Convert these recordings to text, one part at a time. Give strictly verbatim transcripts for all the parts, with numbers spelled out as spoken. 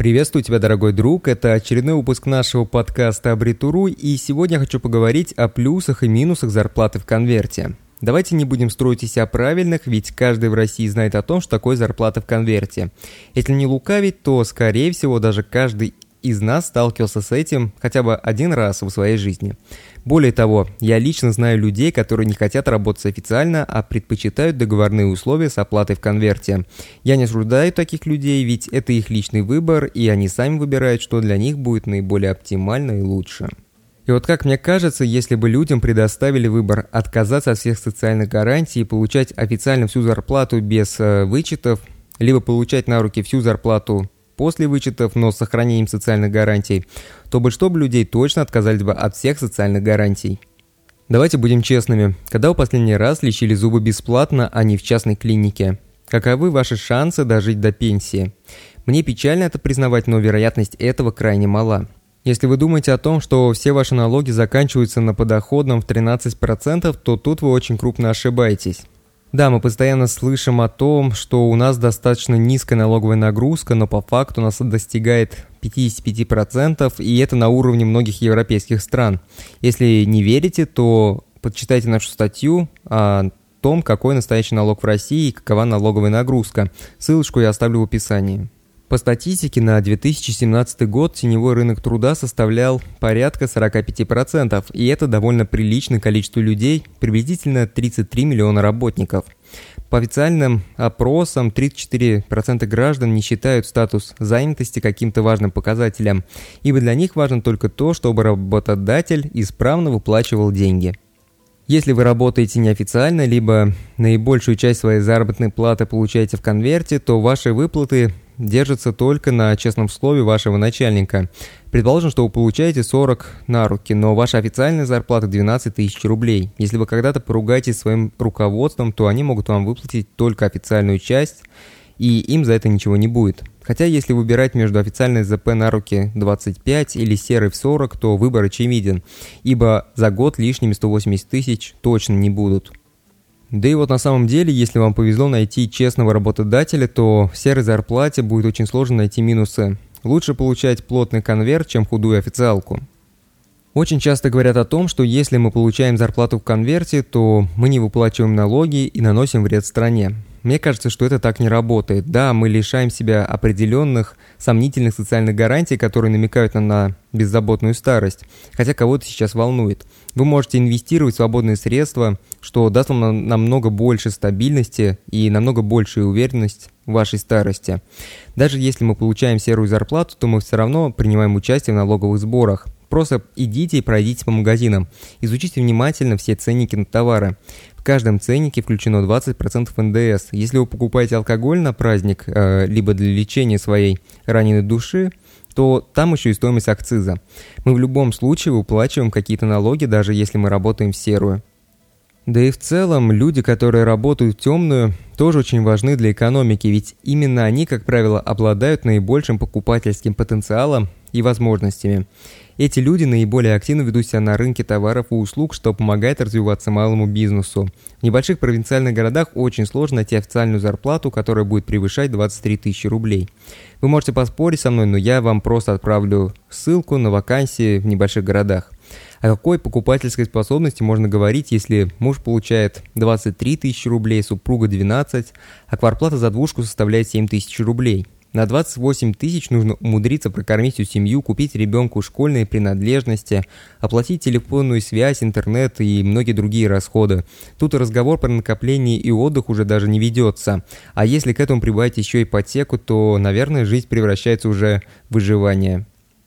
Приветствую тебя, дорогой друг, это очередной выпуск нашего подкаста «Абритуруй», и сегодня я хочу поговорить о плюсах и минусах зарплаты в конверте. Давайте не будем строить из себя правильных, ведь каждый в России знает о том, что такое зарплата в конверте. Если не лукавить, то, скорее всего, даже каждый из нас сталкивался с этим хотя бы один раз в своей жизни. Более того, я лично знаю людей, которые не хотят работать официально, а предпочитают договорные условия с оплатой в конверте. Я не осуждаю таких людей, ведь это их личный выбор, и они сами выбирают, что для них будет наиболее оптимально и лучше. И вот как мне кажется, если бы людям предоставили выбор отказаться от всех социальных гарантий и получать официально всю зарплату без э, вычетов, либо получать на руки всю зарплату после вычетов, но с сохранением социальных гарантий, то большинство людей точно отказались бы от всех социальных гарантий. Давайте будем честными. Когда вы последний раз лечили зубы бесплатно, а не в частной клинике? Каковы ваши шансы дожить до пенсии? Мне печально это признавать, но вероятность этого крайне мала. Если вы думаете о том, что все ваши налоги заканчиваются на подоходном в тринадцать процентов, то тут вы очень крупно ошибаетесь. Да, мы постоянно слышим о том, что у нас достаточно низкая налоговая нагрузка, но по факту у нас достигает пятьдесят пять процентов, и это на уровне многих европейских стран. Если не верите, то почитайте нашу статью о том, какой настоящий налог в России и какова налоговая нагрузка. Ссылочку я оставлю в описании. По статистике, на две тысячи семнадцатый год теневой рынок труда составлял порядка сорок пять процентов, и это довольно приличное количество людей, приблизительно тридцать три миллиона работников. По официальным опросам, тридцать четыре процента граждан не считают статус занятости каким-то важным показателем, ибо для них важно только то, чтобы работодатель исправно выплачивал деньги. Если вы работаете неофициально, либо наибольшую часть своей заработной платы получаете в конверте, то ваши выплаты держится только на честном слове вашего начальника. Предположим, что вы получаете сорок на руки, но ваша официальная зарплата двенадцать тысяч рублей. Если вы когда-то поругаетесь с своим руководством, то они могут вам выплатить только официальную часть, и им за это ничего не будет. Хотя, если выбирать между официальной ЗП на руки двадцать пять или серой в сорок, то выбор очевиден, ибо за год лишними сто восемьдесят тысяч точно не будут. Да и вот на самом деле, если вам повезло найти честного работодателя, то в серой зарплате будет очень сложно найти минусы. Лучше получать плотный конверт, чем худую официалку. Очень часто говорят о том, что если мы получаем зарплату в конверте, то мы не выплачиваем налоги и наносим вред стране. Мне кажется, что это так не работает. Да, мы лишаем себя определенных сомнительных социальных гарантий, которые намекают нам на беззаботную старость, хотя кого-то сейчас волнует. Вы можете инвестировать в свободные средства, что даст вам намного больше стабильности и намного большую уверенность в вашей старости. Даже если мы получаем серую зарплату, то мы все равно принимаем участие в налоговых сборах. Просто идите и пройдите по магазинам, изучите внимательно все ценники на товары. В каждом ценнике включено двадцать процентов эн дэ эс. Если вы покупаете алкоголь на праздник, э, либо для лечения своей раненой души, то там еще и стоимость акциза. Мы в любом случае выплачиваем какие-то налоги, даже если мы работаем в серую. Да и в целом, люди, которые работают в темную, тоже очень важны для экономики, ведь именно они, как правило, обладают наибольшим покупательским потенциалом и возможностями. Эти люди наиболее активно ведут себя на рынке товаров и услуг, что помогает развиваться малому бизнесу. В небольших провинциальных городах очень сложно найти официальную зарплату, которая будет превышать двадцать три тысячи рублей. Вы можете поспорить со мной, но я вам просто отправлю ссылку на вакансии в небольших городах. О какой покупательской способности можно говорить, если муж получает двадцать три тысячи рублей, супруга двенадцать, а квартплата за двушку составляет семь тысяч рублей? На двадцать восемь тысяч нужно умудриться прокормить всю семью, купить ребенку школьные принадлежности, оплатить телефонную связь, интернет и многие другие расходы. Тут разговор про накопление и отдых уже даже не ведется. А если к этому прибавить еще ипотеку, то, наверное, жизнь превращается уже в выживание.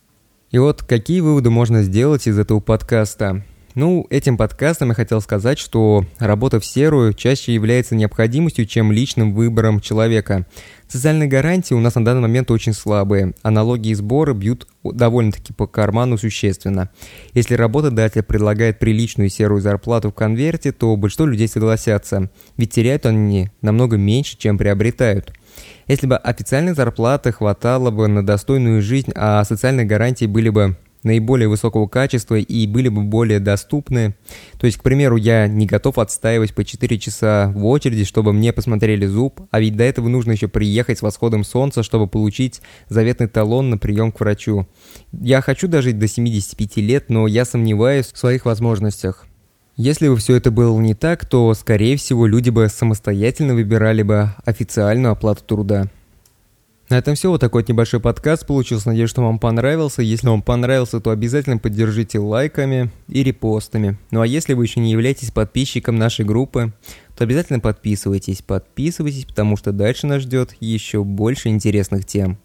И вот какие выводы можно сделать из этого подкаста? Ну, этим подкастом я хотел сказать, что работа в серую чаще является необходимостью, чем личным выбором человека. Социальные гарантии у нас на данный момент очень слабые, а налоги и сборы бьют довольно-таки по карману существенно. Если работодатель предлагает приличную серую зарплату в конверте, то большинство людей согласятся, ведь теряют они намного меньше, чем приобретают. Если бы официальной зарплаты хватало бы на достойную жизнь, а социальные гарантии были бы наиболее высокого качества и были бы более доступны. То есть, к примеру, я не готов отстаивать по четыре часа в очереди, чтобы мне посмотрели зуб, а ведь до этого нужно еще приехать с восходом солнца, чтобы получить заветный талон на прием к врачу. Я хочу дожить до семидесяти пяти лет, но я сомневаюсь в своих возможностях. Если бы все это было не так, то, скорее всего, люди бы самостоятельно выбирали бы официальную оплату труда. На этом все. Вот такой вот небольшой подкаст получился. Надеюсь, что вам понравился. Если вам понравился, то обязательно поддержите лайками и репостами. Ну а если вы еще не являетесь подписчиком нашей группы, то обязательно подписывайтесь. Подписывайтесь, потому что дальше нас ждет еще больше интересных тем.